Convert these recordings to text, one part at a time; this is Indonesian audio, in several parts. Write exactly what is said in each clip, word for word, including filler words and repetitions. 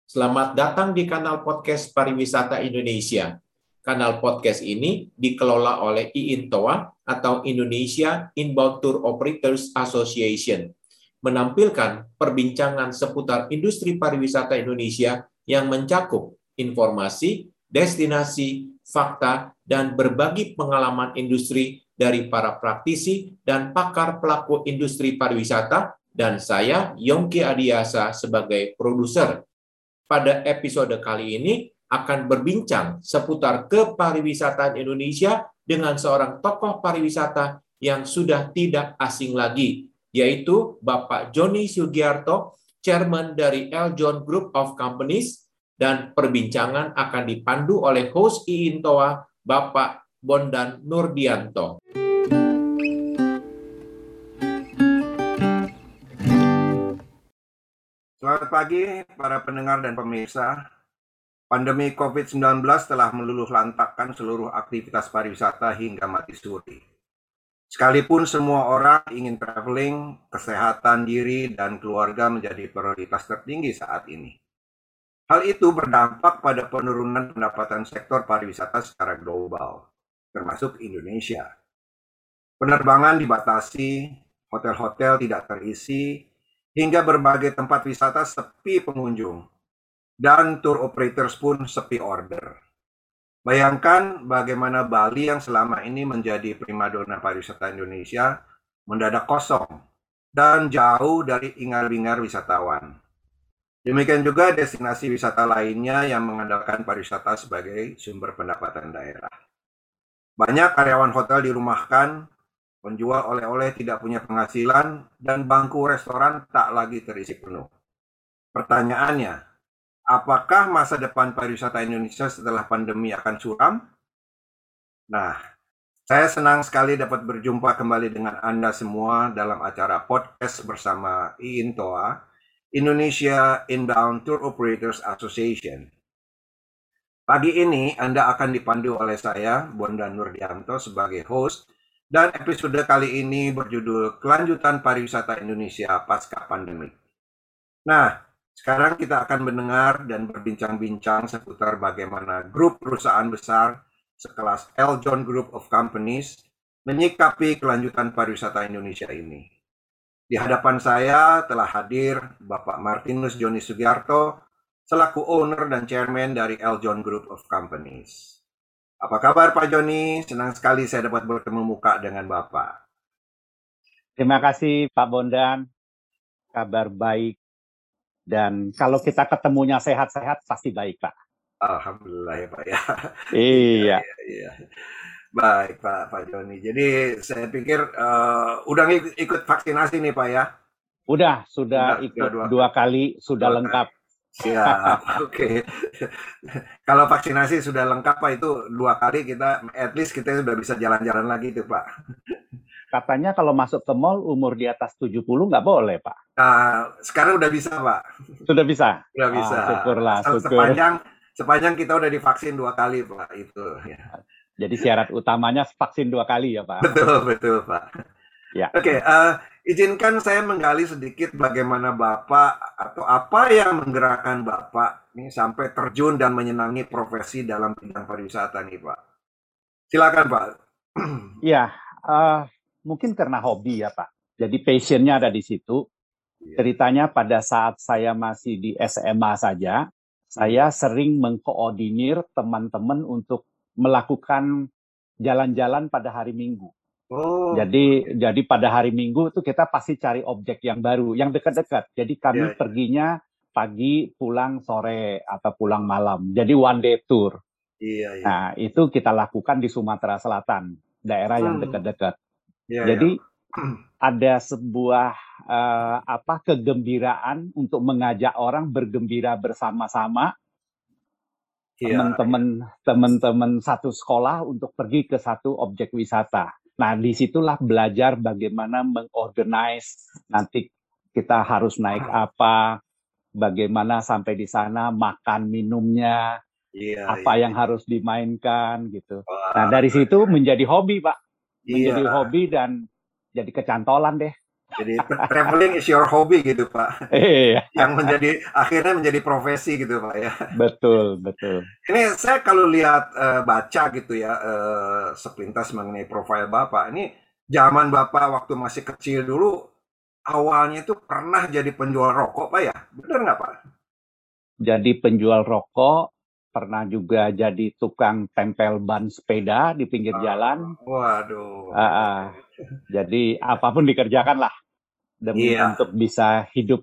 Selamat datang di kanal podcast Pariwisata Indonesia. Kanal podcast ini dikelola oleh I I N T O A atau Indonesia Inbound Tour Operators Association, menampilkan perbincangan seputar industri pariwisata Indonesia yang mencakup informasi, destinasi, fakta, dan berbagi pengalaman industri dari para praktisi dan pakar pelaku industri pariwisata, dan saya, Yongki Adiasa, sebagai produser. Pada episode kali ini akan berbincang seputar kepariwisataan Indonesia dengan seorang tokoh pariwisata yang sudah tidak asing lagi, yaitu Bapak Joni Sugiarto, Chairman dari Eljon Group of Companies, dan perbincangan akan dipandu oleh host I I N T O A, Bapak Bondan Nurdianto. Selamat pagi para pendengar dan pemirsa. Pandemi covid sembilan belas telah meluluh lantakkan seluruh aktivitas pariwisata hingga mati suri. Sekalipun semua orang ingin traveling, kesehatan diri dan keluarga menjadi prioritas tertinggi saat ini. Hal itu berdampak pada penurunan pendapatan sektor pariwisata secara global, termasuk Indonesia. Penerbangan dibatasi, hotel-hotel tidak terisi, hingga berbagai tempat wisata sepi pengunjung, dan tour operators pun sepi order. Bayangkan bagaimana Bali yang selama ini menjadi primadona pariwisata Indonesia mendadak kosong dan jauh dari ingar-bingar wisatawan. Demikian juga destinasi wisata lainnya yang mengandalkan pariwisata sebagai sumber pendapatan daerah. Banyak karyawan hotel dirumahkan, penjual oleh-oleh tidak punya penghasilan, dan bangku restoran tak lagi terisi penuh. Pertanyaannya, apakah masa depan pariwisata Indonesia setelah pandemi akan suram? Nah, saya senang sekali dapat berjumpa kembali dengan Anda semua dalam acara podcast bersama I I N T O A, Indonesia Inbound Tour Operators Association. Pagi ini Anda akan dipandu oleh saya, Bondan Nurdianto, sebagai host. Dan episode kali ini berjudul Kelanjutan Pariwisata Indonesia Pasca Pandemi. Nah, sekarang kita akan mendengar dan berbincang-bincang seputar bagaimana grup perusahaan besar sekelas Eljon Group of Companies menyikapi kelanjutan pariwisata Indonesia ini. Di hadapan saya telah hadir Bapak Martinus Joni Sugiarto selaku owner dan chairman dari Eljon Group of Companies. Apa kabar Pak Joni? Senang sekali saya dapat bertemu muka dengan Bapak. Terima kasih Pak Bondan, kabar baik. Dan kalau kita ketemunya sehat-sehat pasti baik Pak. Alhamdulillah ya Pak ya. Iya. iya, iya. Baik Pak, Pak Joni. Jadi saya pikir uh, udah ikut vaksinasi nih Pak ya? Udah, sudah, sudah ikut dua, dua kali, sudah dua lengkap. Kali. Siap, oke. Okay. Kalau vaksinasi sudah lengkap Pak, itu dua kali kita, at least kita sudah bisa jalan-jalan lagi tuh Pak. Katanya kalau masuk ke mall umur di atas tujuh puluh nggak boleh Pak. Nah, sekarang udah bisa Pak. Sudah bisa? Sudah bisa. Ah, syukurlah, syukur. Sepanjang, sepanjang kita udah divaksin dua kali Pak, itu. Ya. Jadi syarat utamanya vaksin dua kali ya Pak? Betul, betul Pak. Ya. Oke, okay, uh, izinkan saya menggali sedikit bagaimana Bapak atau apa yang menggerakkan Bapak ini sampai terjun dan menyenangi profesi dalam bidang pariwisata nih Pak. Silakan Pak. Iya, uh, mungkin karena hobi ya Pak. Jadi passionnya ada di situ. Ceritanya pada saat saya masih di S M A saja, saya sering mengkoordinir teman-teman untuk melakukan jalan-jalan pada hari Minggu. Oh. Jadi jadi pada hari Minggu itu kita pasti cari objek yang baru, yang dekat-dekat. Jadi kami yeah, yeah. perginya pagi, pulang sore atau pulang malam. Jadi one day tour. Yeah, yeah. Nah, itu kita lakukan di Sumatera Selatan, daerah hmm. yang dekat-dekat. Yeah, Jadi yeah. ada sebuah uh, apa kegembiraan untuk mengajak orang bergembira bersama-sama. Teman-teman yeah. teman-teman satu sekolah untuk pergi ke satu objek wisata. Nah, disitulah belajar bagaimana mengorganize, nanti kita harus naik apa, bagaimana sampai di sana, makan minumnya, yeah, apa yeah. yang harus dimainkan, gitu. Wow. Nah, dari situ menjadi hobi, Pak. Menjadi yeah. hobi dan jadi kecantolan deh. Jadi traveling is your hobby gitu Pak. Iya. Yang menjadi akhirnya menjadi profesi gitu Pak ya. Betul, betul. Ini saya kalau lihat uh, baca gitu ya uh, sepintas mengenai profil Bapak. Ini zaman Bapak waktu masih kecil dulu awalnya itu pernah jadi penjual rokok Pak ya? Benar nggak Pak? Jadi penjual rokok, pernah juga jadi tukang tempel ban sepeda di pinggir Uh, jalan. waduh. Uh, uh, jadi apapun dikerjakan lah demi Iya. untuk bisa hidup.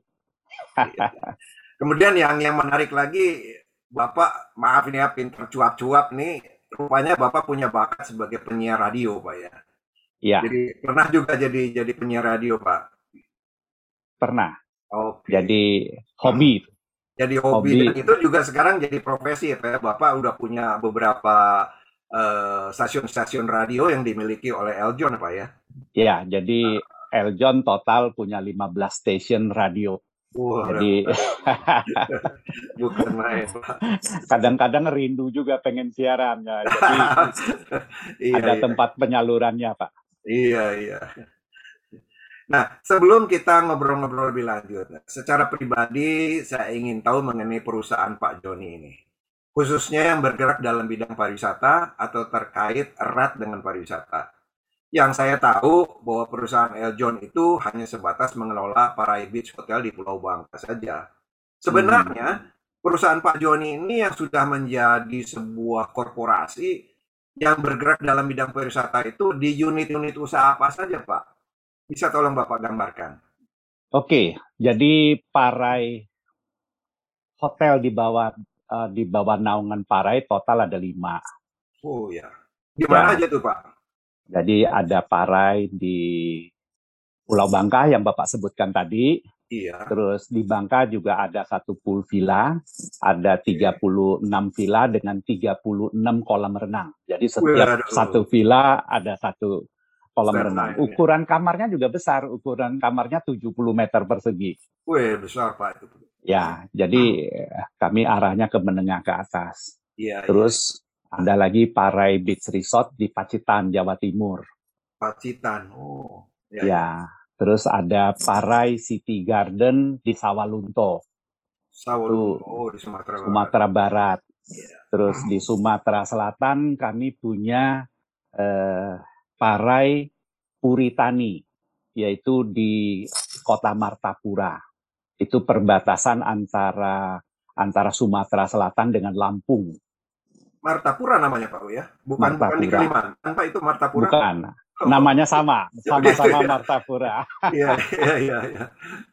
Kemudian yang yang menarik lagi, Bapak maaf ini ya pintar cuap-cuap nih, rupanya Bapak punya bakat sebagai penyiar radio Pak ya. Iya. Jadi pernah juga jadi jadi penyiar radio Pak. Pernah. Oke. Jadi hobi. Jadi hobi, Hobi. dan itu juga sekarang jadi profesi ya Pak ya. Bapak udah punya beberapa eh, stasiun-stasiun radio yang dimiliki oleh Eljon Pak ya. Ya, jadi Eljon total punya lima belas stasiun radio. Wah, Jadi bukan main Pak. kadang-kadang rindu juga pengen siaran ya. Jadi Iya, ada iya. tempat penyalurannya, Pak. Iya, iya. Nah, sebelum kita ngobrol-ngobrol lebih lanjut, secara pribadi saya ingin tahu mengenai perusahaan Pak Joni ini. Khususnya yang bergerak dalam bidang pariwisata atau terkait erat dengan pariwisata. Yang saya tahu bahwa perusahaan Eljon itu hanya sebatas mengelola Parai Beach Hotel di Pulau Bangka saja. Sebenarnya perusahaan Pak Joni ini yang sudah menjadi sebuah korporasi yang bergerak dalam bidang pariwisata itu di unit-unit usaha apa saja Pak? Bisa tolong Bapak gambarkan? Oke, jadi Parai hotel di bawah uh, di bawah naungan Parai total ada lima. Oh ya, di mana Ya. aja tuh Pak? Jadi ada Parai di Pulau Bangka yang Bapak sebutkan tadi. Iya. Terus di Bangka juga ada satu pool villa, ada tiga puluh enam villa dengan tiga puluh enam kolam renang. Jadi setiap Waduh. satu villa ada satu kolam Besar renang. ya. Ukuran kamarnya juga besar, ukuran kamarnya tujuh puluh meter persegi. Wih, besar Pak itu. Ya, jadi kami arahnya ke menengah ke atas. Iya, Terus iya. Ada lagi Parai Beach Resort di Pacitan, Jawa Timur. Pacitan, oh. Ya, ya. Terus ada Parai City Garden di Sawalunto. Sawalunto, oh, di Sumatera Barat. Sumatera Barat. Yeah. Terus di Sumatera Selatan kami punya eh, Parai Puritani, yaitu di Kota Martapura. Itu perbatasan antara antara Sumatera Selatan dengan Lampung. Martapura namanya Pak ya? Bukan, bukan di Kalimantan Pak, itu Martapura? Bukan. Namanya sama, sama-sama Martapura. Iya, iya, iya. Ya.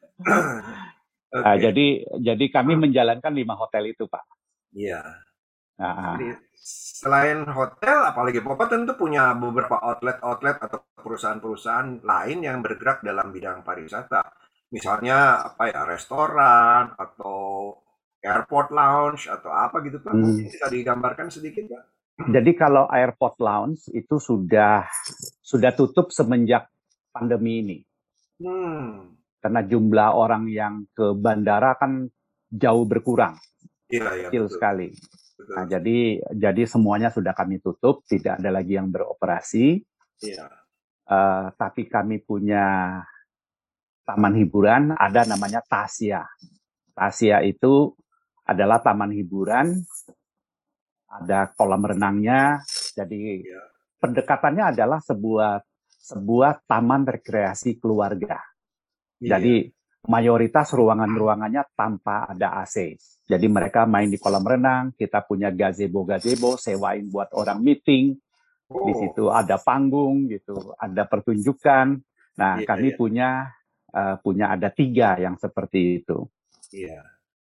Okay. Nah, jadi, jadi kami menjalankan lima hotel itu, Pak. Iya. Nah, jadi, selain hotel, apalagi Bapak tentu punya beberapa outlet-outlet atau perusahaan-perusahaan lain yang bergerak dalam bidang pariwisata. Misalnya apa ya, restoran atau airport lounge atau apa gitu Pak? Mungkin bisa digambarkan sedikit Pak? Jadi kalau airport lounge itu sudah sudah tutup semenjak pandemi ini. Hmm. Karena jumlah orang yang ke bandara kan jauh berkurang. Iya, iya, kecil betul. sekali. Betul. Nah, jadi jadi semuanya sudah kami tutup, tidak ada lagi yang beroperasi. Iya. Uh, tapi kami punya taman hiburan, ada namanya Tasya. Tasya itu adalah taman hiburan, ada kolam renangnya, jadi ya. Pendekatannya adalah sebuah sebuah taman rekreasi keluarga. Ya. Jadi mayoritas ruangan-ruangannya tanpa ada A C. Jadi mereka main di kolam renang, kita punya gazebo-gazebo, sewain buat orang meeting. Oh. Di situ ada panggung gitu, ada pertunjukan. Nah, ya, kami ya. punya uh, punya ada tiga yang seperti itu. Iya.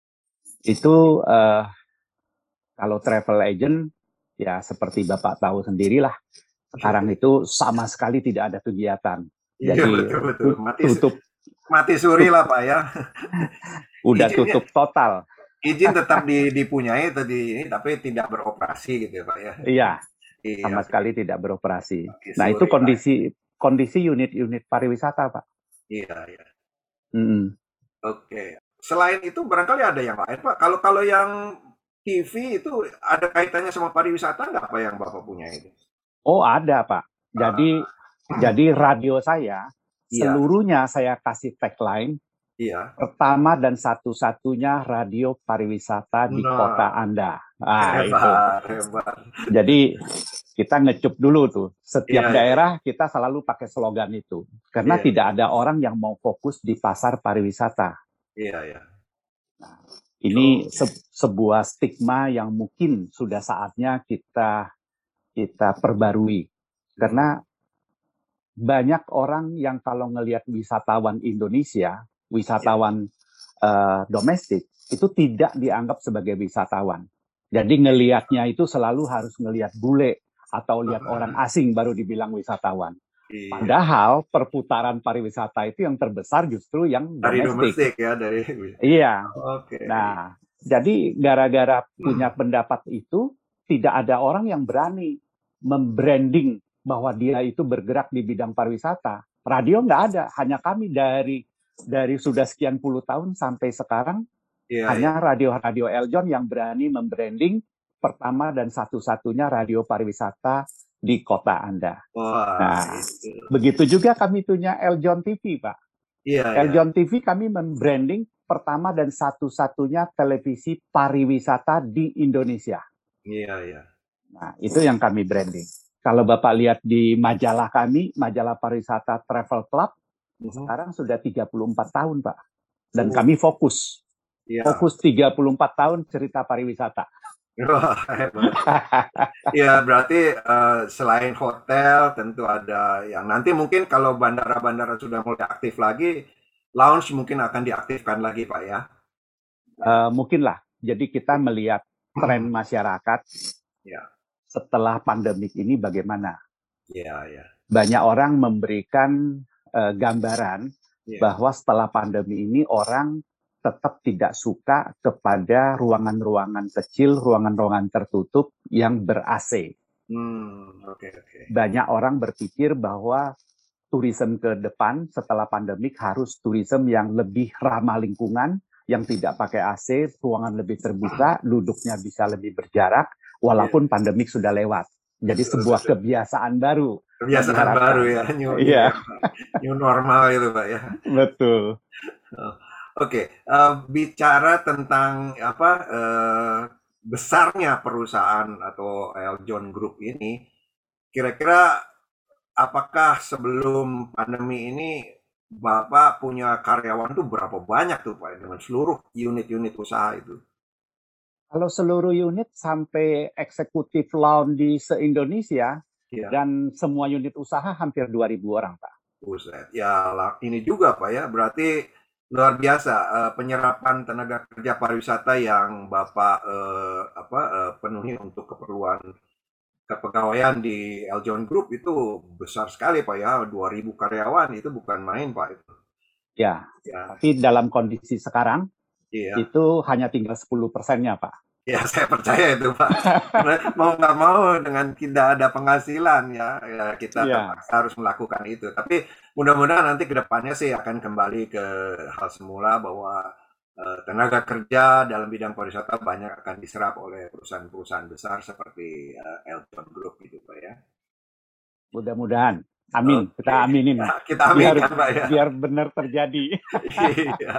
Itu uh, kalau travel agent, ya seperti Bapak tahu sendirilah, sekarang itu sama sekali tidak ada kegiatan. Jadi iya, betul, betul. Mati, tutup. Mati suri lah Pak ya. Udah Izinnya, tutup total. Izin tetap dipunyai atau di ini, tapi tidak beroperasi gitu ya Pak ya. Iya, iya sama okay. sekali tidak beroperasi. Mati Nah suri, itu kondisi Pak. kondisi unit-unit pariwisata Pak. Iya, iya. Mm-hmm. Oke. Okay. Selain itu barangkali ada yang lain Pak. Kalau kalau yang T V itu ada kaitannya sama pariwisata nggak Pak yang Bapak punya itu? Oh ada Pak. Jadi uh. jadi radio saya Iya, seluruhnya saya kasih tagline, iya. pertama dan satu-satunya radio pariwisata di kota Nah, Anda. Ah, itu. hebat, hebat. Jadi kita ngecup dulu tuh. Setiap Iya, iya, daerah kita selalu pakai slogan itu. Karena iya, tidak ada orang yang mau fokus di pasar pariwisata. iya, iya. Ini se- sebuah stigma yang mungkin sudah saatnya kita kita perbarui. Karena banyak orang yang kalau ngelihat wisatawan Indonesia, wisatawan uh, domestik, itu tidak dianggap sebagai wisatawan. Jadi ngelihatnya itu selalu harus ngelihat bule atau lihat orang asing baru dibilang wisatawan. Iya. Padahal perputaran pariwisata itu yang terbesar justru yang Dari domestik. domestik ya, dari. Iya. Oke. Nah, jadi gara-gara punya pendapat itu, tidak ada orang yang berani membranding bahwa dia itu bergerak di bidang pariwisata. Radio nggak ada, hanya kami dari dari sudah sekian puluh tahun sampai sekarang, Iya, hanya iya. radio-radio Eljon yang berani membranding pertama dan satu-satunya radio pariwisata di kota Anda. Wah, Nah, itu. begitu juga kami punya Eljon T V, Pak. Iya, iya. Eljon T V kami membranding pertama dan satu-satunya televisi pariwisata di Indonesia. Iya, iya. Nah, itu yang kami branding. Kalau Bapak lihat di majalah kami, majalah pariwisata Travel Club, Mhm. sekarang sudah tiga puluh empat tahun, Pak. Dan Oh. kami fokus. Iya. Fokus tiga puluh empat tahun cerita pariwisata. Wah, hebat. Ya, berarti uh, selain hotel tentu ada yang nanti mungkin kalau bandara-bandara sudah mulai aktif lagi, lounge mungkin akan diaktifkan lagi, Pak ya. Uh, mungkin lah. Jadi kita melihat tren masyarakat Ya. setelah pandemik ini bagaimana. Iya, iya. Banyak orang memberikan uh, gambaran Ya. bahwa setelah pandemi ini orang tetap tidak suka kepada ruangan-ruangan kecil, ruangan-ruangan tertutup yang ber-A C. Hmm, oke, oke. Banyak orang berpikir bahwa tourism ke depan setelah pandemik harus tourism yang lebih ramah lingkungan, yang tidak pakai A C, ruangan lebih terbuka, duduknya bisa lebih berjarak, walaupun pandemik sudah lewat. Jadi sebuah kebiasaan baru. Kebiasaan baru ya, new, Iya. new normal itu, Pak ya. Betul. Oh, Oke, uh, bicara tentang apa uh, besarnya perusahaan atau Eljon Group ini, kira-kira apakah sebelum pandemi ini Bapak punya karyawan tuh berapa banyak tuh Pak dengan seluruh unit-unit usaha itu? Kalau seluruh unit sampai eksekutif laun di se-Indonesia Ya. dan semua unit usaha hampir dua ribu orang, Pak. Buset. Ya, lah, ini juga Pak ya, berarti luar biasa uh, penyerapan tenaga kerja pariwisata yang Bapak uh, apa uh, penuhi untuk keperluan kepegawaian di Eljon Group itu besar sekali Pak ya, dua ribu karyawan itu bukan main Pak itu. Ya, Ya. tapi dalam kondisi sekarang Iya. itu hanya tinggal sepuluh persennya, Pak. Ya, saya percaya itu Pak. Karena mau nggak mau dengan tidak ada penghasilan ya, ya kita Ya. terpaksa harus melakukan itu. Tapi mudah-mudahan nanti ke depannya sih akan kembali ke hal semula bahwa uh, tenaga kerja dalam bidang pariwisata banyak akan diserap oleh perusahaan-perusahaan besar seperti uh, Eljon Group gitu Pak ya. Mudah-mudahan. Amin. Oke. Kita aminin. Ya, kita aminkan biar, Pak ya. Biar benar terjadi. Iya.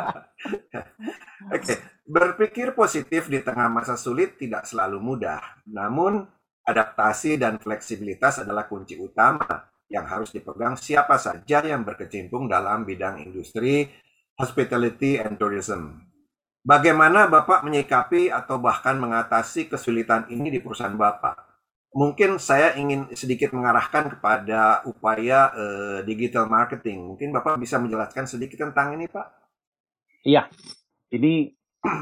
Oke, berpikir positif di tengah masa sulit tidak selalu mudah. Namun, adaptasi dan fleksibilitas adalah kunci utama yang harus dipegang siapa saja yang berkecimpung dalam bidang industri hospitality and tourism. Bagaimana Bapak menyikapi atau bahkan mengatasi kesulitan ini di perusahaan Bapak? Mungkin saya ingin sedikit mengarahkan kepada upaya uh, digital marketing. Mungkin Bapak bisa menjelaskan sedikit tentang ini, Pak? Iya, ini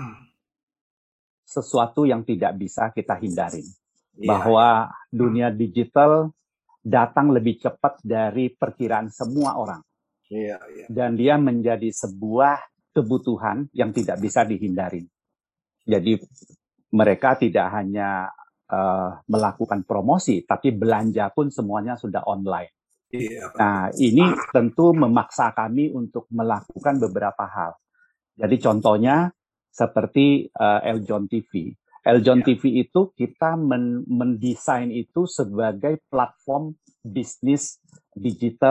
sesuatu yang tidak bisa kita hindarin. Ya, bahwa ya. dunia digital datang lebih cepat dari perkiraan semua orang. Ya, ya. Dan dia menjadi sebuah kebutuhan yang tidak bisa dihindarin. Jadi mereka tidak hanya Uh, melakukan promosi, tapi belanja pun semuanya sudah online. Iya, nah, ini tentu memaksa kami untuk melakukan beberapa hal. Jadi contohnya seperti uh, Eljon T V. Eljon ya. T V itu kita men mendesain itu sebagai platform bisnis digital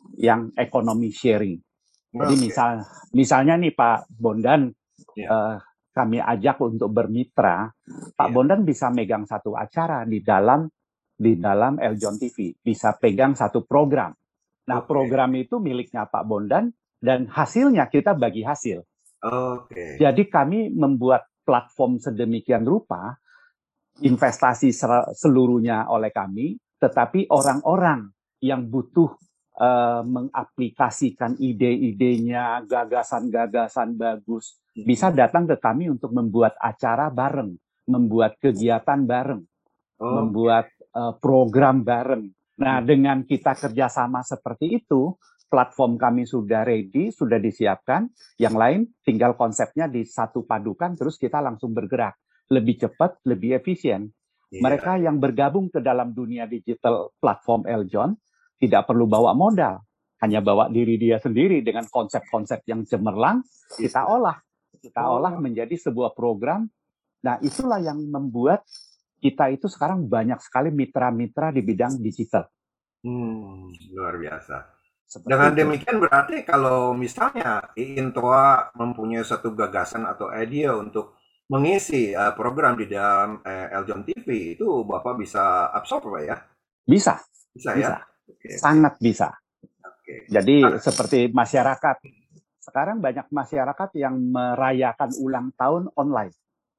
yang ekonomi sharing. Jadi Oke. misal misalnya nih Pak Bondan, Ya. eh, kami ajak untuk bermitra, Pak Iya. Bondan bisa megang satu acara di dalam di dalam Eljon T V, bisa pegang satu program. Nah, Oke. program itu miliknya Pak Bondan dan hasilnya kita bagi hasil. Oke. Jadi kami membuat platform sedemikian rupa, investasi ser- seluruhnya oleh kami, tetapi orang-orang yang butuh eh, mengaplikasikan ide-idenya, gagasan-gagasan bagus, bisa datang ke kami untuk membuat acara bareng, membuat kegiatan bareng, Oke. membuat eh, program bareng. Nah, Hmm. dengan kita kerjasama seperti itu, platform kami sudah ready, sudah disiapkan. Yang lain tinggal konsepnya disatu padukan, terus kita langsung bergerak. Lebih cepat, lebih efisien. Iya. Mereka yang bergabung ke dalam dunia digital platform Eljon tidak perlu bawa modal, hanya bawa diri dia sendiri dengan konsep-konsep yang cemerlang, kita Iya. olah. Kita Oh. olah menjadi sebuah program. Nah, itulah yang membuat kita itu sekarang banyak sekali mitra-mitra di bidang digital. Hmm, luar biasa. Seperti Dengan itu. demikian berarti kalau misalnya Intoa mempunyai satu gagasan atau ide untuk mengisi uh, program di dalam uh, Eljon T V, itu Bapak bisa absorb Pak ya? Bisa, Bisa ya? bisa. Oke, oke. Sangat bisa. Oke. Jadi Ah, seperti masyarakat. Sekarang banyak masyarakat yang merayakan ulang tahun online.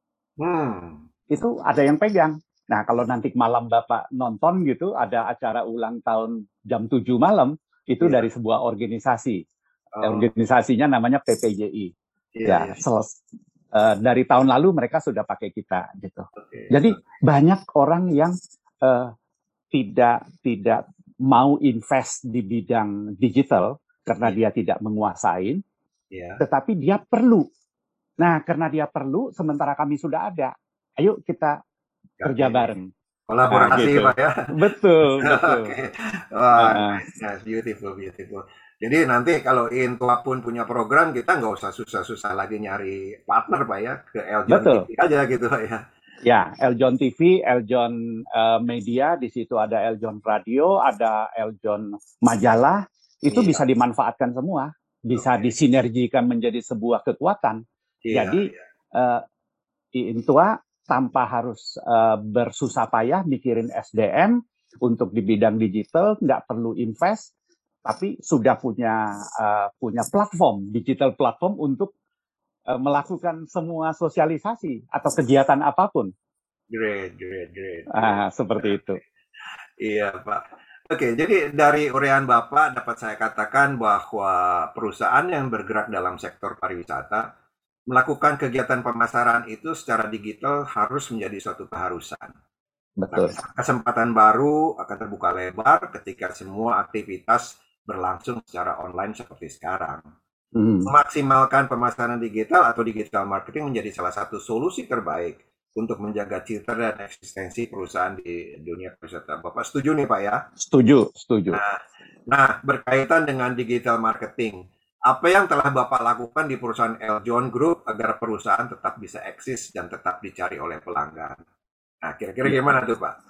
hmm, Itu ada yang pegang. Nah, kalau nanti malam Bapak nonton gitu, ada acara ulang tahun jam tujuh malam, itu iya. dari sebuah organisasi. Oh, Organisasinya namanya P P J I. iya, Ya, iya. sel- eh, dari tahun lalu mereka sudah pakai kita gitu. Oke. Jadi banyak orang yang eh, tidak tidak mau invest di bidang digital karena Iya. dia tidak menguasai, Iya. tetapi dia perlu. Nah, karena dia perlu, sementara kami sudah ada, ayo kita kerja Oke. bareng. Nah, Kolaborasi gitu. Pak ya. Betul, betul. Oke. Wah, Nah, nice, nice, beautiful, beautiful. Jadi nanti kalau Intoa pun punya program, kita nggak usah susah-susah lagi nyari partner Pak ya, ke Eljon betul. T V aja gitu Pak ya. Ya, Eljon T V, Eljon eh, Media, di situ ada Eljon Radio, ada Eljon Majalah, itu Iya. bisa dimanfaatkan semua, bisa Oke. disinergikan menjadi sebuah kekuatan. Iya, Jadi iya. eh, Intua tanpa harus eh, bersusah payah mikirin S D M untuk di bidang digital, nggak perlu invest, tapi sudah punya eh, punya platform, digital platform untuk eh, melakukan semua sosialisasi atau kegiatan apapun. Great, great, great, great. Ah, seperti itu. Iya, Pak. Oke, jadi dari uraian Bapak dapat saya katakan bahwa perusahaan yang bergerak dalam sektor pariwisata melakukan kegiatan pemasaran itu secara digital harus menjadi suatu keharusan. Nah, Betul. kesempatan baru akan terbuka lebar ketika semua aktivitas berlangsung secara online seperti sekarang. Hmm. Memaksimalkan pemasaran digital atau digital marketing menjadi salah satu solusi terbaik untuk menjaga citra dan eksistensi perusahaan di dunia pariwisata. Bapak setuju nih Pak ya? Setuju, setuju. Nah, nah berkaitan dengan digital marketing, apa yang telah Bapak lakukan di perusahaan Eljon Group agar perusahaan tetap bisa eksis dan tetap dicari oleh pelanggan? Nah, kira-kira Ya, gimana tuh Pak?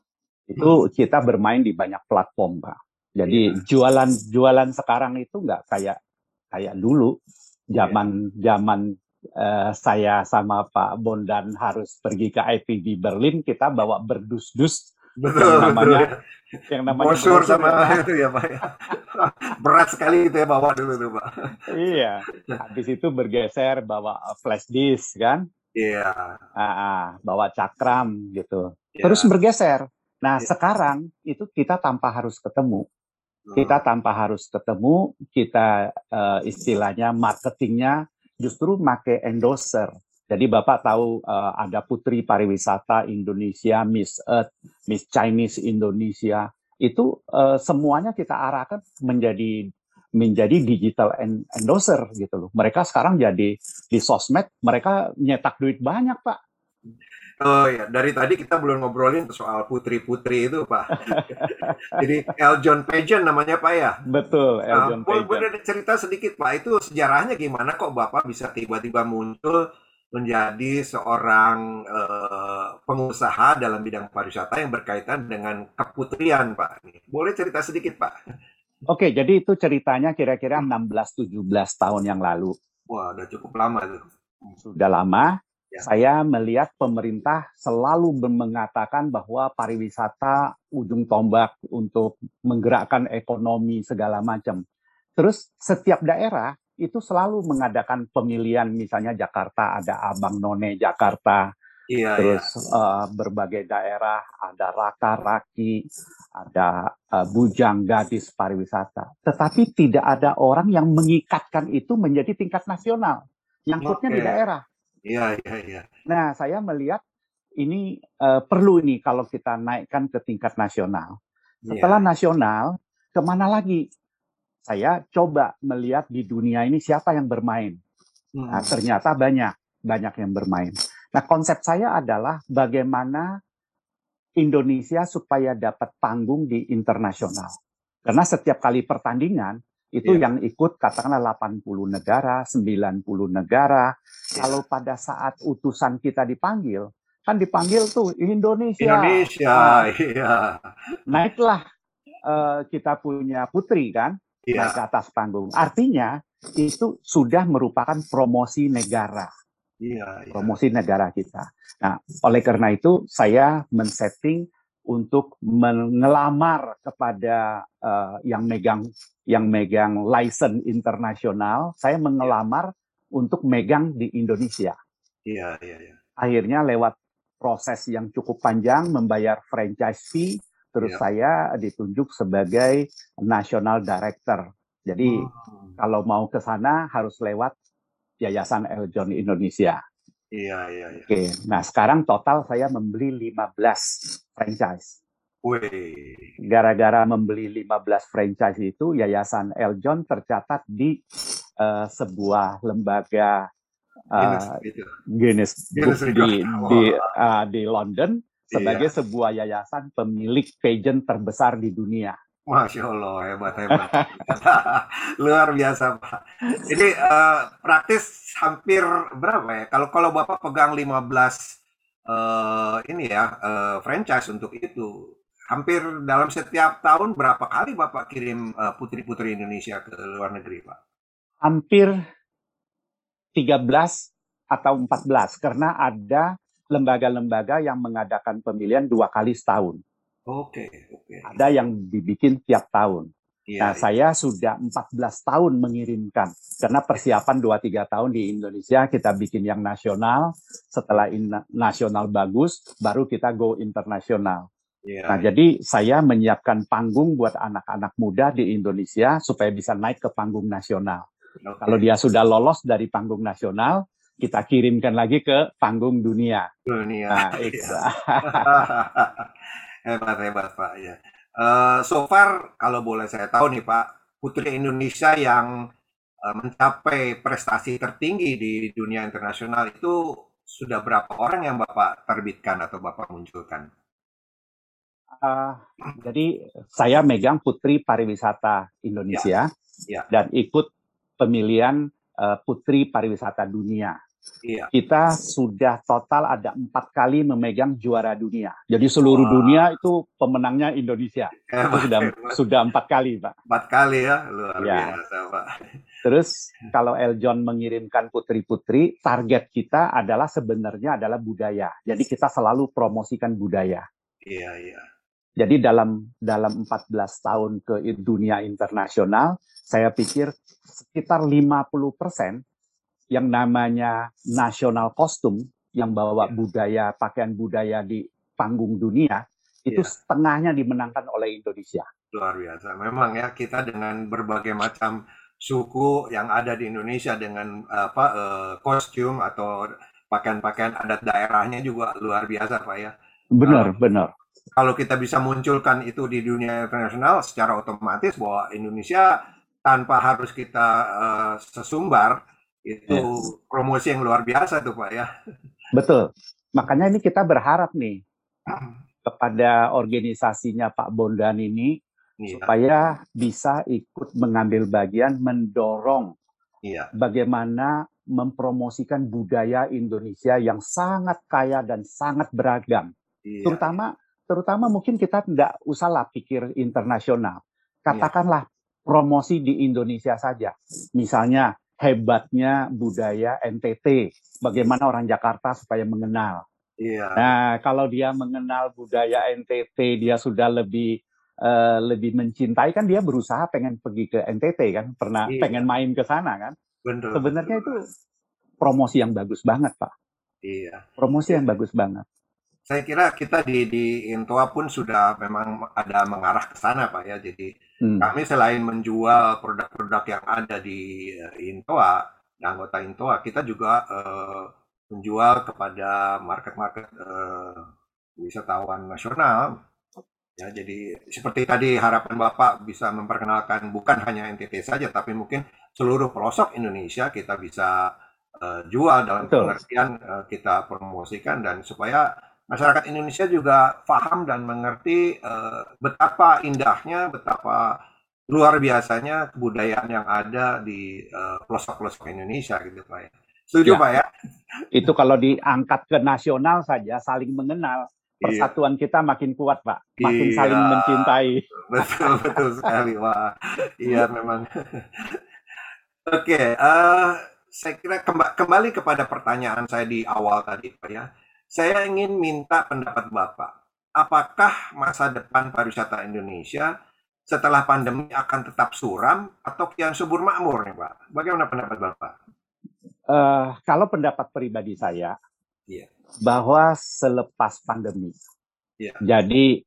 itu kita bermain di banyak platform, Pak. Jadi Iya. jualan jualan sekarang itu nggak kayak kayak dulu. Iya. Zaman zaman eh, saya sama Pak Bondan harus pergi ke I P B Berlin, kita bawa berdus-dus Betul, yang betul namanya ya. yang namanya Brosur brosur sama ya. itu ya Pak ya. Berat sekali itu ya bawa dulu tuh Pak. Iya. Habis itu bergeser bawa flash disk kan, Iya. ah, ah, bawa cakram gitu. Iya. Terus bergeser. Nah, Iya. sekarang itu kita tanpa harus ketemu. Hmm. Kita tanpa harus ketemu, kita uh, istilahnya marketingnya justru make endorser. Jadi Bapak tahu uh, ada Putri Pariwisata Indonesia, Miss Earth, Miss Chinese Indonesia, itu uh, semuanya kita arahkan menjadi menjadi digital endorser gitu loh. Mereka sekarang jadi di sosmed, mereka nyetak duit banyak Pak. Oh ya, dari tadi kita belum ngobrolin soal putri-putri itu Pak. Jadi Eljon Pageant namanya Pak ya? Betul, Eljon Nah, Pageant. boleh cerita sedikit Pak, itu sejarahnya gimana kok Bapak bisa tiba-tiba muncul menjadi seorang uh, pengusaha dalam bidang pariwisata yang berkaitan dengan keputrian Pak? Boleh cerita sedikit Pak? Oke, jadi itu ceritanya kira-kira enam belas tujuh belas tahun yang lalu. Wah, udah cukup lama tuh. Sudah lama. Ya. Saya melihat pemerintah selalu mengatakan bahwa pariwisata ujung tombak untuk menggerakkan ekonomi segala macam. Terus setiap daerah itu selalu mengadakan pemilihan, misalnya Jakarta ada Abang None Jakarta, Iya, terus iya. uh, berbagai daerah ada Raka Raki, ada uh, Bujang Gadis pariwisata. Tetapi tidak ada orang yang mengikatkan itu menjadi tingkat nasional. Nyangkutnya Oke. di daerah. Iya, iya, iya. Nah, saya melihat ini uh, perlu nih kalau kita naikkan ke tingkat nasional. Setelah Iya. nasional, kemana lagi? Saya coba melihat di dunia ini siapa yang bermain. Nah, Hmm. ternyata banyak, banyak yang bermain. Nah, konsep saya adalah bagaimana Indonesia supaya dapat panggung di internasional. Karena setiap kali pertandingan, itu Iya. yang ikut katakanlah delapan puluh negara, sembilan puluh negara. Iya. Kalau pada saat utusan kita dipanggil, kan dipanggil tuh Indonesia. Indonesia, Nah, iya. naiklah uh, kita punya putri kan, Iya. naik ke atas panggung. Artinya itu sudah merupakan promosi negara. Iya, iya. Promosi negara kita. Nah, oleh karena itu saya men-setting untuk mengelamar kepada uh, yang megang yang megang license internasional, saya mengelamar untuk megang di Indonesia. Iya, iya, iya. Akhirnya lewat proses yang cukup panjang, membayar franchise fee, terus Iya. saya ditunjuk sebagai national director. Jadi Hmm. kalau mau ke sana harus lewat Yayasan Eljon Indonesia. Iya, iya, iya. Oke, nah sekarang total saya membeli lima belas franchise. Wih. Gara-gara membeli lima belas franchise itu, Yayasan Eljon tercatat di uh, sebuah lembaga Guinness, uh, gitu. Guinness Guinness Book Record. di di, uh, di London sebagai Iya. sebuah yayasan pemilik pageant terbesar di dunia. Masya Allah, hebat, hebat. Luar biasa, Pak. Jadi uh, praktis hampir berapa ya? Kalau kalau Bapak pegang lima belas uh, ini ya uh, franchise untuk itu, hampir dalam setiap tahun berapa kali Bapak kirim uh, putri-putri Indonesia ke luar negeri, Pak? Hampir tiga belas atau empat belas, karena ada lembaga-lembaga yang mengadakan pemilihan dua kali setahun. Oke, oke. Ada yang dibikin tiap tahun. Iya, Nah, iya. saya sudah empat belas tahun mengirimkan. Karena persiapan dua tiga tahun di Indonesia, kita bikin yang nasional. Setelah in- nasional bagus, baru kita go internasional. Iya, Nah, iya. jadi saya menyiapkan panggung buat anak-anak muda di Indonesia supaya bisa naik ke panggung nasional. Oke. Kalau dia sudah lolos dari panggung nasional, kita kirimkan lagi ke panggung dunia. Dunia. Nah, Iya. Hebat, hebat, Pak. Ya. Uh, so far, kalau boleh saya tahu nih, Pak, putri Indonesia yang uh, mencapai prestasi tertinggi di dunia internasional itu sudah berapa orang yang Bapak terbitkan atau Bapak munculkan? Uh, jadi saya megang Putri Pariwisata Indonesia Ya. dan ikut pemilihan uh, Putri Pariwisata Dunia. Iya. Kita sudah total ada empat kali memegang juara dunia. Jadi seluruh Wah. dunia itu pemenangnya Indonesia. Hebat, itu sudah hebat. sudah empat kali, Pak. Empat kali ya, luar ya. biasa, Pak. Terus kalau Eljon mengirimkan putri-putri, target kita adalah sebenarnya adalah budaya. Jadi kita selalu promosikan budaya. Iya, iya. Jadi dalam dalam empat belas tahun ke dunia internasional, saya pikir sekitar lima puluh persen yang namanya national costume, yang bawa yeah. budaya, pakaian budaya di panggung dunia, itu yeah. setengahnya dimenangkan oleh Indonesia. Luar biasa. Memang ya, kita dengan berbagai macam suku yang ada di Indonesia dengan apa uh, kostum atau pakaian-pakaian adat daerahnya juga luar biasa, Pak ya. Benar, uh, benar. Kalau kita bisa munculkan itu di dunia internasional, secara otomatis bahwa Indonesia tanpa harus kita uh, sesumbar, itu ya. Promosi yang luar biasa tuh, Pak ya. Betul. Makanya ini kita berharap nih kepada organisasinya Pak Bondan ini ya. Supaya bisa ikut mengambil bagian mendorong ya. Bagaimana mempromosikan budaya Indonesia yang sangat kaya dan sangat beragam. Ya. Terutama terutama mungkin kita tidak usahlah pikir internasional. Katakanlah ya. promosi di Indonesia saja. Misalnya hebatnya budaya N T T, bagaimana orang Jakarta supaya mengenal. Iya. Nah, kalau dia mengenal budaya N T T, dia sudah lebih uh, lebih mencintai, kan dia berusaha pengen pergi ke N T T kan, pernah Iya. pengen main ke sana kan. Betul, Sebenarnya betul. itu promosi yang bagus banget, Pak. Iya. Promosi Iya. yang bagus banget. Saya kira kita di di Intoa pun sudah memang ada mengarah ke sana, Pak ya. Jadi Hmm. kami selain menjual produk-produk yang ada di uh, Intoa, anggota Intoa, kita juga uh, menjual kepada market-market uh, wisatawan nasional. Ya, jadi seperti tadi harapan Bapak bisa memperkenalkan bukan hanya N T T saja, tapi mungkin seluruh pelosok Indonesia kita bisa uh, jual dalam Betul. pengertian uh, kita promosikan, dan supaya masyarakat Indonesia juga paham dan mengerti uh, betapa indahnya, betapa luar biasanya kebudayaan yang ada di uh, pelosok-pelosok Indonesia gitu Pak ya. Setuju Ya. Pak ya? Itu kalau diangkat ke nasional saja, saling mengenal, persatuan Iya. kita makin kuat Pak, makin Iya, saling mencintai. betul betul sekali Pak. Iya memang. Oke, okay, uh, saya kira kemba kembali kepada pertanyaan saya di awal tadi Pak ya. Saya ingin minta pendapat Bapak. Apakah masa depan pariwisata Indonesia setelah pandemi akan tetap suram atau kian subur makmur nih Pak? Bagaimana pendapat Bapak? Uh, kalau pendapat pribadi saya, yeah. bahwa selepas pandemi, yeah. jadi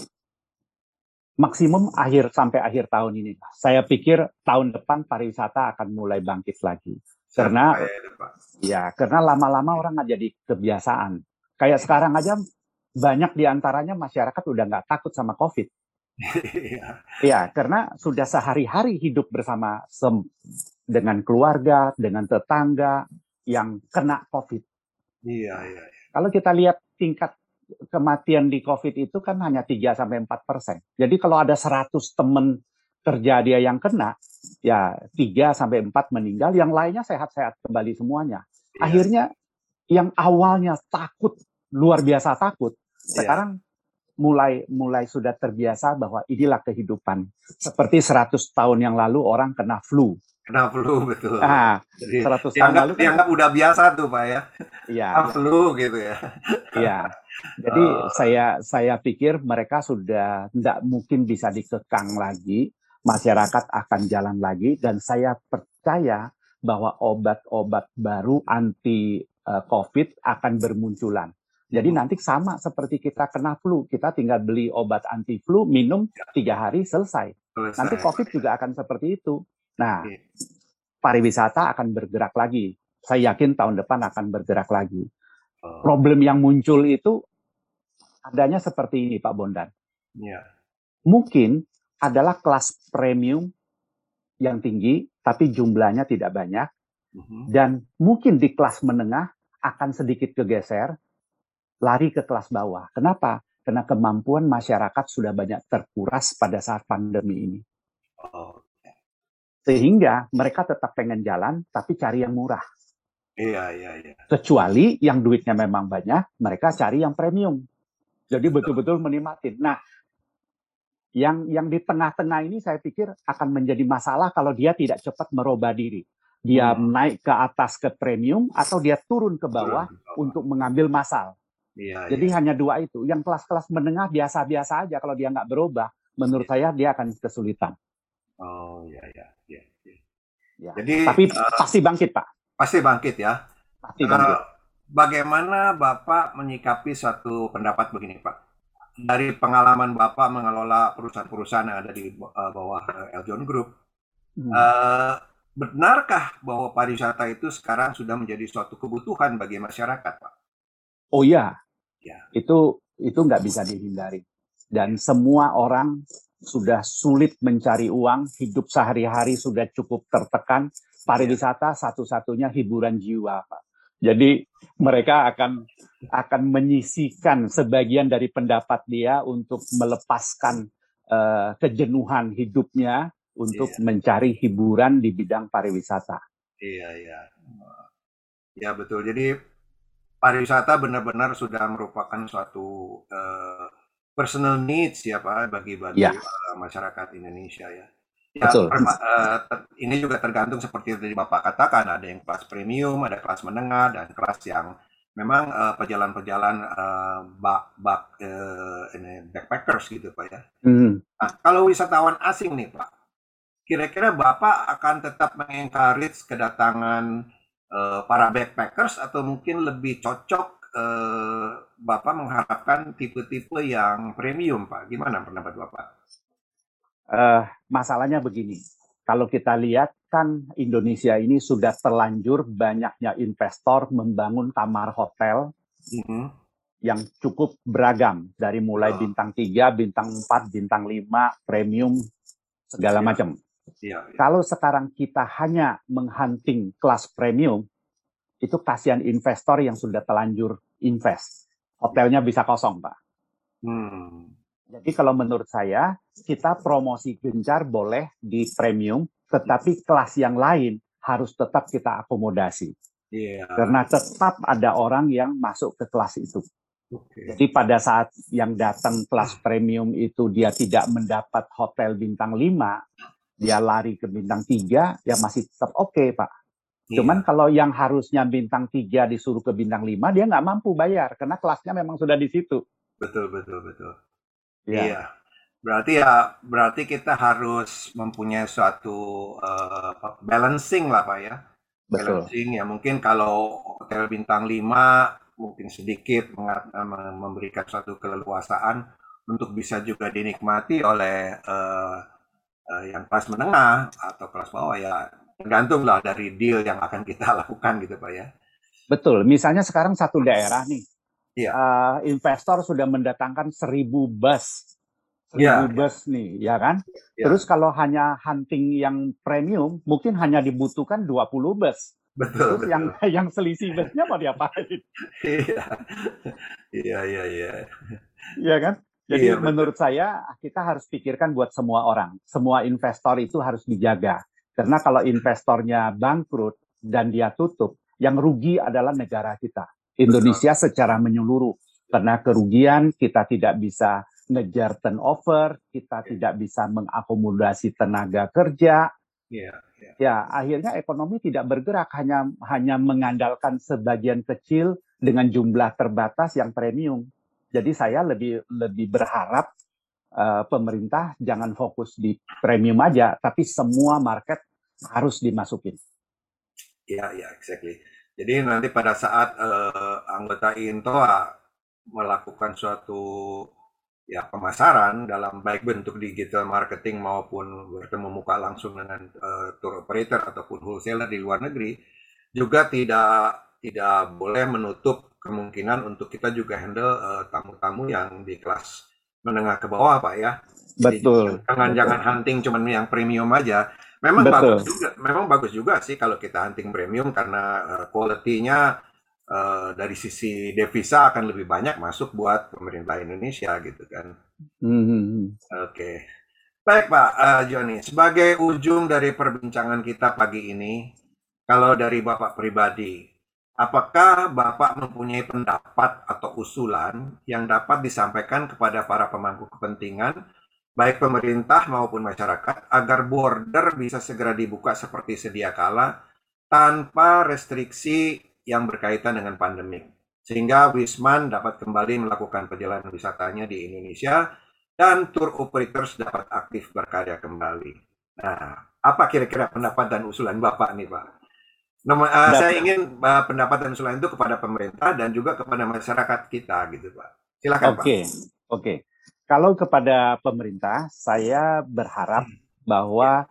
maksimum akhir sampai akhir tahun ini, saya pikir tahun depan pariwisata akan mulai bangkit lagi. Karena ya, karena lama-lama orang nggak jadi kebiasaan. Kayak sekarang aja banyak diantaranya masyarakat udah nggak takut sama COVID. Ya, karena sudah sehari-hari hidup bersama dengan keluarga, dengan tetangga yang kena COVID. Iya, iya. Kalau kita lihat tingkat kematian di COVID itu kan hanya tiga sampai empat persen. Jadi kalau ada seratus teman kerja dia yang kena, ya tiga sampai empat meninggal, yang lainnya sehat-sehat kembali semuanya. Iya. Akhirnya yang awalnya takut, luar biasa takut, iya. Sekarang mulai mulai sudah terbiasa bahwa inilah kehidupan. Seperti seratus tahun yang lalu orang kena flu. Kena flu, betul. Ah, jadi seratus dianggap, tahun lalu kan, dianggap udah biasa tuh Pak ya. Iya. Ah, flu gitu ya. Iya. Jadi uh, saya saya pikir mereka sudah tidak mungkin bisa dikekang lagi, masyarakat akan jalan lagi, dan saya percaya bahwa obat-obat baru anti uh, COVID akan bermunculan. Jadi nanti sama seperti kita kena flu, kita tinggal beli obat anti flu, minum tiga hari selesai. selesai. Nanti COVID juga akan seperti itu. Nah, pariwisata akan bergerak lagi. Saya yakin tahun depan akan bergerak lagi. Problem yang muncul itu adanya seperti ini, Pak Bondan. Ya. Mungkin adalah kelas premium yang tinggi, tapi jumlahnya tidak banyak. Uh-huh. Dan mungkin di kelas menengah akan sedikit kegeser, lari ke kelas bawah. Kenapa? Karena kemampuan masyarakat sudah banyak terkuras pada saat pandemi ini. Oh. Sehingga mereka tetap pengen jalan, tapi cari yang murah. Iya, iya, iya. Kecuali yang duitnya memang banyak, mereka cari yang premium. Jadi betul-betul menikmatin. Nah, yang yang di tengah-tengah ini saya pikir akan menjadi masalah kalau dia tidak cepat merubah diri. Dia hmm. naik ke atas ke premium atau dia turun ke bawah, turun ke bawah. Untuk mengambil massal. Iya, Jadi iya. hanya dua itu. Yang kelas-kelas menengah biasa-biasa aja, kalau dia nggak berubah, menurut iya. saya dia akan kesulitan. Oh, iya, iya. iya, iya. Ya. Jadi, tapi uh, pasti bangkit, Pak. Pasti bangkit ya. Pasti bangkit. Uh, bagaimana Bapak menyikapi satu pendapat begini, Pak? Dari pengalaman Bapak mengelola perusahaan-perusahaan yang ada di uh, bawah uh, Eljon Group, hmm. uh, benarkah bahwa pariwisata itu sekarang sudah menjadi suatu kebutuhan bagi masyarakat, Pak? Oh iya, ya. itu itu nggak bisa dihindari. Dan semua orang sudah sulit mencari uang, hidup sehari-hari sudah cukup tertekan. Pariwisata satu-satunya hiburan jiwa, Pak. Jadi mereka akan akan menyisihkan sebagian dari pendapat dia untuk melepaskan uh, kejenuhan hidupnya untuk iya. mencari hiburan di bidang pariwisata. Iya, iya. Ya betul. Jadi pariwisata benar-benar sudah merupakan suatu uh, personal needs ya Pak bagi bagi ya. uh, masyarakat Indonesia ya. Ya, Betul. perma- eh, ter- ini juga tergantung seperti yang tadi Bapak katakan, ada yang kelas premium, ada kelas menengah, dan kelas yang memang eh, pejalan-pejalan eh, bak bak eh, ini backpackers gitu Pak ya. Hmm. Nah, kalau wisatawan asing nih Pak, kira-kira Bapak akan tetap mengencourage kedatangan eh, para backpackers atau mungkin lebih cocok eh, Bapak mengharapkan tipe-tipe yang premium Pak? Gimana pendapat Bapak? Uh, masalahnya begini, kalau kita lihat kan Indonesia ini sudah terlanjur banyaknya investor membangun kamar hotel Mhm. yang cukup beragam, dari mulai Ya, bintang tiga, bintang empat, bintang lima, premium, segala ya, macam. ya, ya. Kalau sekarang kita hanya menghunting kelas premium, itu kasihan investor yang sudah telanjur invest. Hotelnya bisa kosong, Pak. Hmm. Jadi kalau menurut saya, kita promosi gencar boleh di premium, tetapi kelas yang lain harus tetap kita akomodasi. Iya. Karena tetap ada orang yang masuk ke kelas itu. Oke. Jadi pada saat yang datang kelas premium itu dia tidak mendapat hotel bintang lima, dia lari ke bintang tiga, ya masih tetap oke, okay, Pak. Cuman Iya. kalau yang harusnya bintang tiga disuruh ke bintang lima, dia nggak mampu bayar, karena kelasnya memang sudah di situ. Betul, betul, betul. Ya, Iya. Berarti ya, berarti kita harus mempunyai suatu eh, apa, balancing lah Pak ya. betul. Balancing ya mungkin kalau hotel bintang lima mungkin sedikit menga- eh, memberikan suatu keleluasaan untuk bisa juga dinikmati oleh eh, eh, yang kelas menengah atau kelas bawah ya tergantung lah dari deal yang akan kita lakukan gitu Pak ya. Betul. Misalnya sekarang satu daerah nih, Iya, uh, investor sudah mendatangkan seribu bus, seribu iya, iya, bus nih, ya kan? iya. Terus kalau hanya hunting yang premium, mungkin hanya dibutuhkan dua puluh bus. Betul, Terus yang betul. yang selisih busnya mau diapain? Iya, iya, iya, iya. Iya kan? Iya, Jadi betul. menurut saya kita harus pikirkan buat semua orang. Semua investor itu harus dijaga. Karena kalau investornya bangkrut dan dia tutup, yang rugi adalah negara kita. Betul. Indonesia secara menyeluruh. Karena kerugian kita tidak bisa ngejar turnover, kita tidak bisa mengakomodasi tenaga kerja. Iya, iya. Ya, akhirnya ekonomi tidak bergerak, hanya hanya mengandalkan sebagian kecil dengan jumlah terbatas yang premium. Jadi saya lebih lebih berharap uh, pemerintah jangan fokus di premium aja, tapi semua market harus dimasukin. Iya, iya, exactly. Jadi nanti pada saat eh, anggota INTOA melakukan suatu ya pemasaran dalam baik bentuk digital marketing maupun bertemu muka langsung dengan eh, tour operator ataupun wholesaler di luar negeri, juga tidak tidak boleh menutup kemungkinan untuk kita juga handle eh, tamu-tamu yang di kelas menengah ke bawah, Pak ya. Jadi Betul, jangan betul, jangan hunting cuman yang premium aja. Memang bagus betul, juga, memang bagus juga sih kalau kita hunting premium karena uh, quality-nya uh, dari sisi devisa akan lebih banyak masuk buat pemerintah Indonesia gitu kan. hmm. Oke. Baik Pak uh, Joni, sebagai ujung dari perbincangan kita pagi ini, kalau dari Bapak pribadi, apakah Bapak mempunyai pendapat atau usulan yang dapat disampaikan kepada para pemangku kepentingan baik pemerintah maupun masyarakat agar border bisa segera dibuka seperti sedia kala tanpa restriksi yang berkaitan dengan pandemik sehingga Wisman dapat kembali melakukan perjalanan wisatanya di Indonesia dan tour operators dapat aktif berkarya kembali. Nah, apa kira-kira pendapat dan usulan Bapak nih Pak? Nomor, uh, saya ingin uh, pendapat dan usulan itu kepada pemerintah dan juga kepada masyarakat kita gitu Pak. Silakan Pak. Oke, oke. Kalau kepada pemerintah, saya berharap bahwa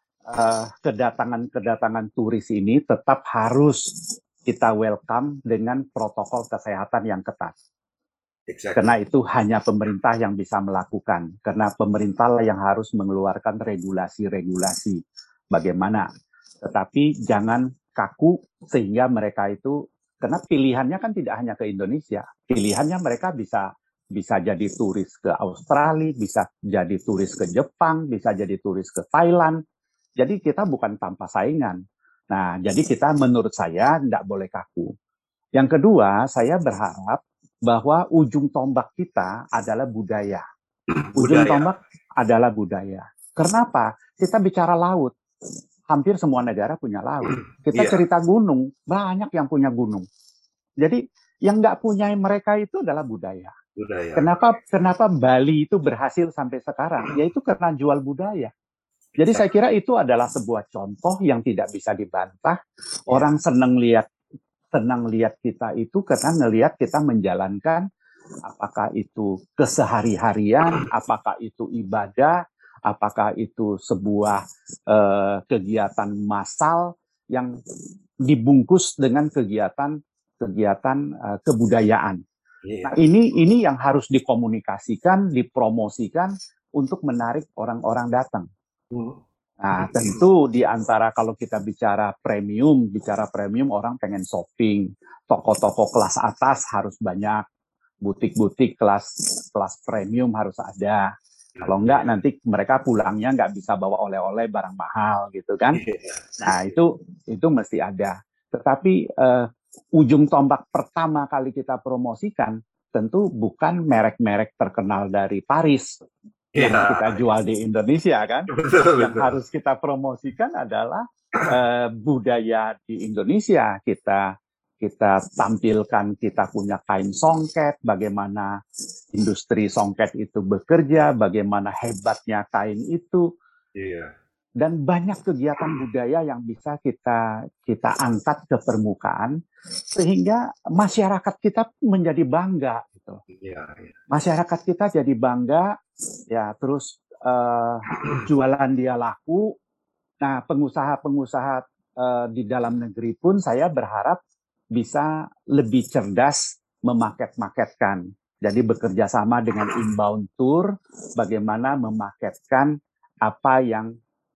uh, kedatangan-kedatangan turis ini tetap harus kita welcome dengan protokol kesehatan yang ketat. Exactly. Karena itu hanya pemerintah yang bisa melakukan. Karena pemerintah yang harus mengeluarkan regulasi-regulasi bagaimana. Tetapi jangan kaku sehingga mereka itu, karena pilihannya kan tidak hanya ke Indonesia. Pilihannya mereka bisa bisa jadi turis ke Australia, bisa jadi turis ke Jepang, bisa jadi turis ke Thailand. Jadi kita bukan tanpa saingan. Nah, jadi kita menurut saya tidak boleh kaku. Yang kedua, saya berharap bahwa ujung tombak kita adalah budaya. Ujung Budaya. tombak adalah budaya. Kenapa? Kita bicara laut. Hampir semua negara punya laut. Kita Iya. cerita gunung, banyak yang punya gunung. Jadi yang nggak punya mereka itu adalah budaya. Budaya. Kenapa kenapa Bali itu berhasil sampai sekarang? Yaitu karena jual budaya. Jadi saya kira itu adalah sebuah contoh yang tidak bisa dibantah. Orang senang lihat senang lihat kita itu karena ngelihat kita menjalankan apakah itu kesehari-harian, apakah itu ibadah, apakah itu sebuah eh, kegiatan massal yang dibungkus dengan kegiatan kegiatan uh, kebudayaan. Iya. Nah, ini ini yang harus dikomunikasikan, dipromosikan untuk menarik orang-orang datang. Hmm. Nah, tentu di antara kalau kita bicara premium, bicara premium orang pengen shopping, toko-toko kelas atas harus banyak, butik-butik kelas kelas premium harus ada. Kalau enggak nanti mereka pulangnya nggak bisa bawa oleh-oleh barang mahal gitu kan. Nah, itu itu mesti ada. Tetapi uh, ujung tombak pertama kali kita promosikan tentu bukan merek-merek terkenal dari Paris yang Iya. kita jual di Indonesia kan. Betul, Yang betul. harus kita promosikan adalah uh, budaya di Indonesia. Kita kita tampilkan kita punya kain songket, bagaimana industri songket itu bekerja, bagaimana hebatnya kain itu. Iya. Dan banyak kegiatan budaya yang bisa kita kita angkat ke permukaan sehingga masyarakat kita menjadi bangga gitu. Iya, iya. Masyarakat kita jadi bangga ya, terus uh, jualan dia laku. Nah, pengusaha-pengusaha uh, di dalam negeri pun saya berharap bisa lebih cerdas memaket-maketkan. Jadi bekerja sama dengan inbound tour bagaimana memaketkan apa yang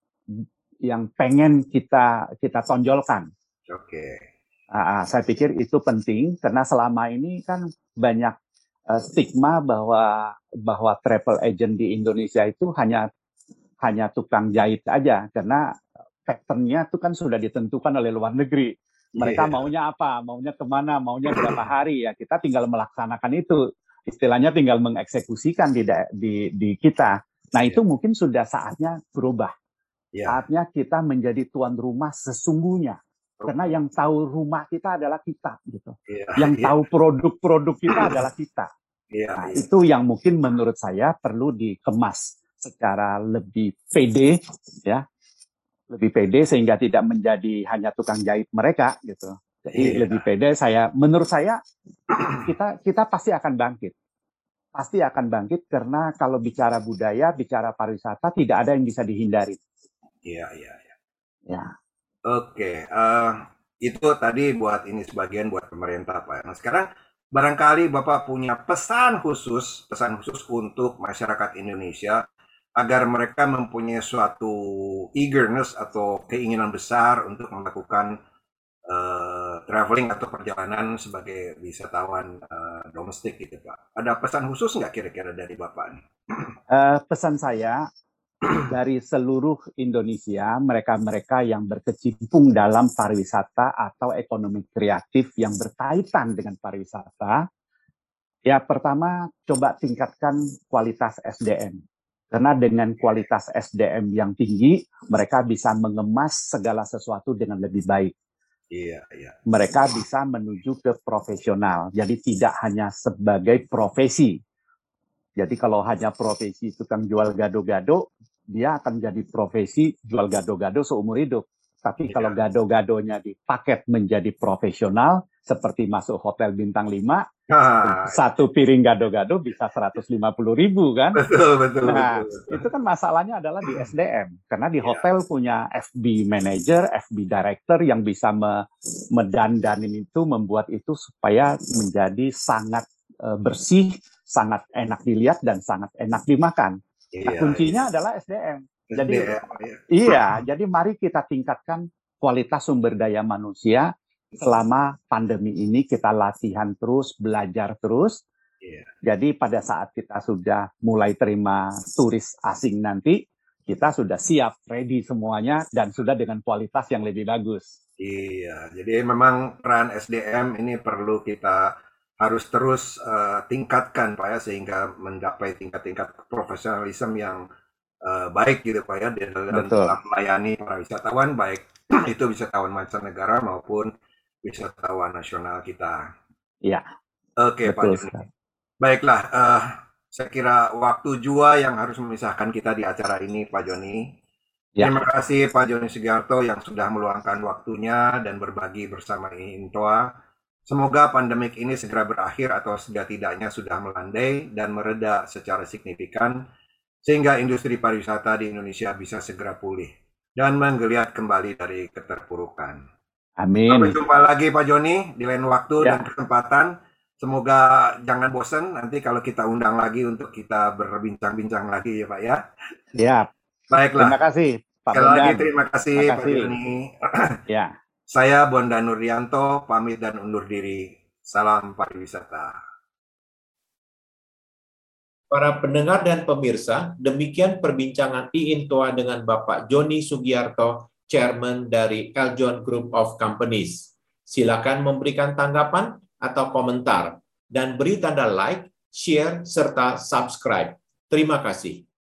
yang pengen kita kita tonjolkan. Oke. Uh, saya pikir itu penting karena selama ini kan banyak uh, stigma bahwa bahwa travel agent di Indonesia itu hanya hanya tukang jahit aja karena pattern-nya itu kan sudah ditentukan oleh luar negeri. Mereka yeah. maunya apa, maunya kemana, maunya berapa hari ya kita tinggal melaksanakan itu. Istilahnya tinggal mengeksekusikan di di, di kita. Nah itu yeah. mungkin sudah saatnya berubah. Yeah. Saatnya kita menjadi tuan rumah sesungguhnya. Karena yang tahu rumah kita adalah kita, gitu. Yeah, yang yeah. tahu produk-produk kita adalah kita. Yeah, nah, yeah. Itu yang mungkin menurut saya perlu dikemas secara lebih pede, ya, lebih pede sehingga tidak menjadi hanya tukang jahit mereka, gitu. Jadi yeah. lebih pede. Saya, menurut saya kita kita pasti akan bangkit, pasti akan bangkit karena kalau bicara budaya, bicara pariwisata tidak ada yang bisa dihindari. Iya, iya, iya. Ya. Oke, uh, itu tadi buat ini sebagian buat pemerintah, Pak. Nah, sekarang barangkali Bapak punya pesan khusus, pesan khusus untuk masyarakat Indonesia agar mereka mempunyai suatu eagerness atau keinginan besar untuk melakukan uh, traveling atau perjalanan sebagai wisatawan uh, domestik gitu, Pak. Ada pesan khusus nggak kira-kira dari Bapak nih? Uh, pesan saya dari seluruh Indonesia, mereka-mereka yang berkecimpung dalam pariwisata atau ekonomi kreatif yang berkaitan dengan pariwisata, ya pertama coba tingkatkan kualitas S D M. Karena dengan kualitas S D M yang tinggi, mereka bisa mengemas segala sesuatu dengan lebih baik. Iya, iya. Mereka bisa menuju ke profesional, jadi tidak hanya sebagai profesi. Jadi kalau hanya profesi tukang jual gado-gado, dia akan jadi profesi jual gado-gado seumur hidup. Tapi yeah. kalau gado-gadonya dipaket menjadi profesional, seperti masuk hotel bintang lima, ah. satu piring gado-gado bisa seratus lima puluh ribu kan? Betul, betul, nah, betul, betul. itu kan masalahnya adalah di S D M. Karena di hotel yeah. punya F B manager, F B director yang bisa me medandanin itu, membuat itu supaya menjadi sangat uh, bersih, sangat enak dilihat dan sangat enak dimakan. Nah, iya, kuncinya iya. adalah S D M. S D M, Jadi iya. iya, jadi mari kita tingkatkan kualitas sumber daya manusia selama pandemi ini, kita latihan terus, belajar terus. Iya. Jadi pada saat kita sudah mulai terima turis asing nanti, kita sudah siap, ready semuanya dan sudah dengan kualitas yang lebih bagus. Iya, jadi memang peran S D M ini perlu kita harus terus uh, tingkatkan Pak ya, sehingga mencapai tingkat-tingkat profesionalisme yang uh, baik gitu Pak ya dalam Betul. melayani para wisatawan, baik itu wisatawan mancanegara maupun wisatawan nasional kita. Iya. Oke Pak Betul Joni. sekali. Baiklah, uh, saya kira waktu jua yang harus memisahkan kita di acara ini Pak Joni. Ya. Terima kasih Pak Joni Sugiarto yang sudah meluangkan waktunya dan berbagi bersama INTOA. Semoga pandemik ini segera berakhir atau setidak-tidaknya sudah melandai dan mereda secara signifikan sehingga industri pariwisata di Indonesia bisa segera pulih dan menggeliat kembali dari keterpurukan. Amin. Sampai jumpa lagi Pak Joni di lain waktu Ya. dan kesempatan. Semoga jangan bosan nanti kalau kita undang lagi untuk kita berbincang-bincang lagi ya Pak ya. Ya. Baiklah. Terima kasih Pak Sekali lagi Bondan. terima kasih, Terima Pak kasih. Joni. Ya. Saya Bondan Nurdianto pamit dan undur diri. Salam pariwisata. Para pendengar dan pemirsa, demikian perbincangan IINTOA dengan Bapak Joni Sugiarto, Chairman dari Eljon Group of Companies. Silakan memberikan tanggapan atau komentar dan beri tanda like, share, serta subscribe. Terima kasih.